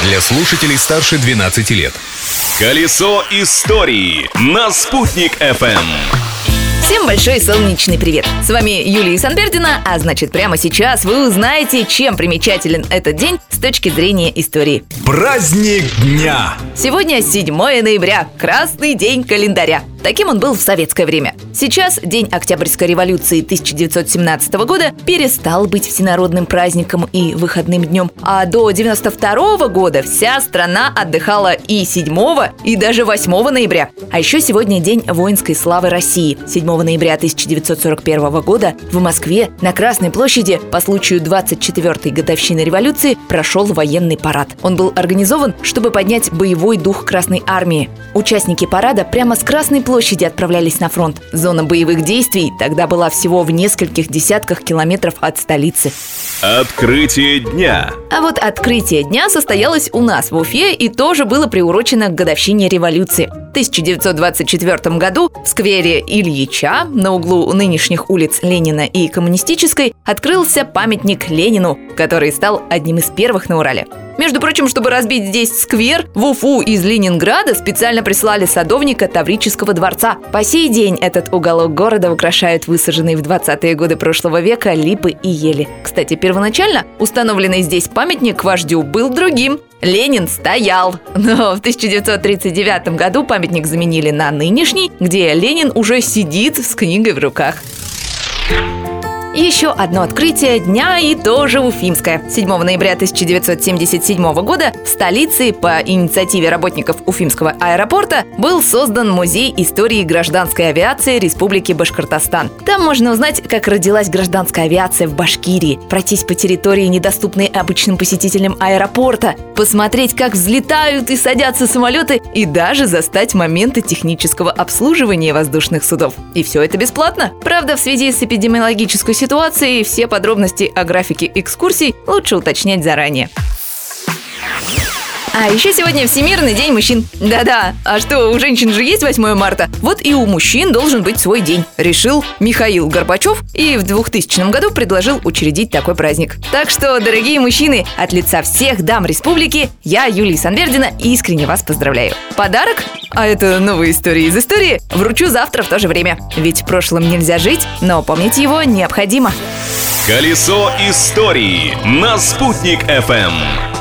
Для слушателей старше 12 лет. Колесо истории на Спутник FM. Всем большой солнечный привет! С вами Юлия Санбердина, а значит прямо сейчас вы узнаете, чем примечателен этот день с точки зрения истории. Праздник дня! Сегодня 7 ноября, красный день календаря. Таким он был в советское время. Сейчас День Октябрьской революции 1917 года перестал быть всенародным праздником и выходным днем, а до 1992 года вся страна отдыхала и 7 и даже 8 ноября. А еще сегодня День воинской славы России. 7 ноября 1941 года в Москве на Красной площади по случаю 24-й годовщины революции прошел военный парад. Он был организован, чтобы поднять боевой дух Красной армии. Участники парада прямо с Красной площади отправлялись на фронт. Зона боевых действий тогда была всего в нескольких десятках километров от столицы. Открытие дня. А вот открытие дня состоялось у нас в Уфе и тоже было приурочено к годовщине революции. В 1924 году в сквере Ильича на углу нынешних улиц Ленина и Коммунистической открылся памятник Ленину, который стал одним из первых на Урале. Между прочим, чтобы разбить здесь сквер, в Уфу из Ленинграда специально прислали садовника Таврического дворца. По сей день этот уголок города украшают высаженные в 20-е годы прошлого века липы и ели. Кстати, первоначально установленный здесь памятник вождю был другим. Ленин стоял. Но в 1939 году памятник заменили на нынешний, где Ленин уже сидит с книгой в руках. Еще одно открытие дня и тоже уфимское. 7 ноября 1977 года в столице по инициативе работников Уфимского аэропорта был создан Музей истории гражданской авиации Республики Башкортостан. Там можно узнать, как родилась гражданская авиация в Башкирии, пройтись по территории, недоступной обычным посетителям аэропорта, посмотреть, как взлетают и садятся самолеты, и даже застать моменты технического обслуживания воздушных судов. И все это бесплатно. Правда, в связи с эпидемиологической ситуацией все подробности о графике экскурсий лучше уточнять заранее. А еще сегодня Всемирный день мужчин. Да-да, а что, у женщин же есть 8 марта? Вот и у мужчин должен быть свой день. Решил Михаил Горбачев и в 2000 году предложил учредить такой праздник. Так что, дорогие мужчины, от лица всех дам республики, я, Юлия Санбердина, искренне вас поздравляю. Подарок, а это новые истории из истории, вручу завтра в то же время. Ведь прошлым нельзя жить, но помнить его необходимо. Колесо истории на Спутник FM.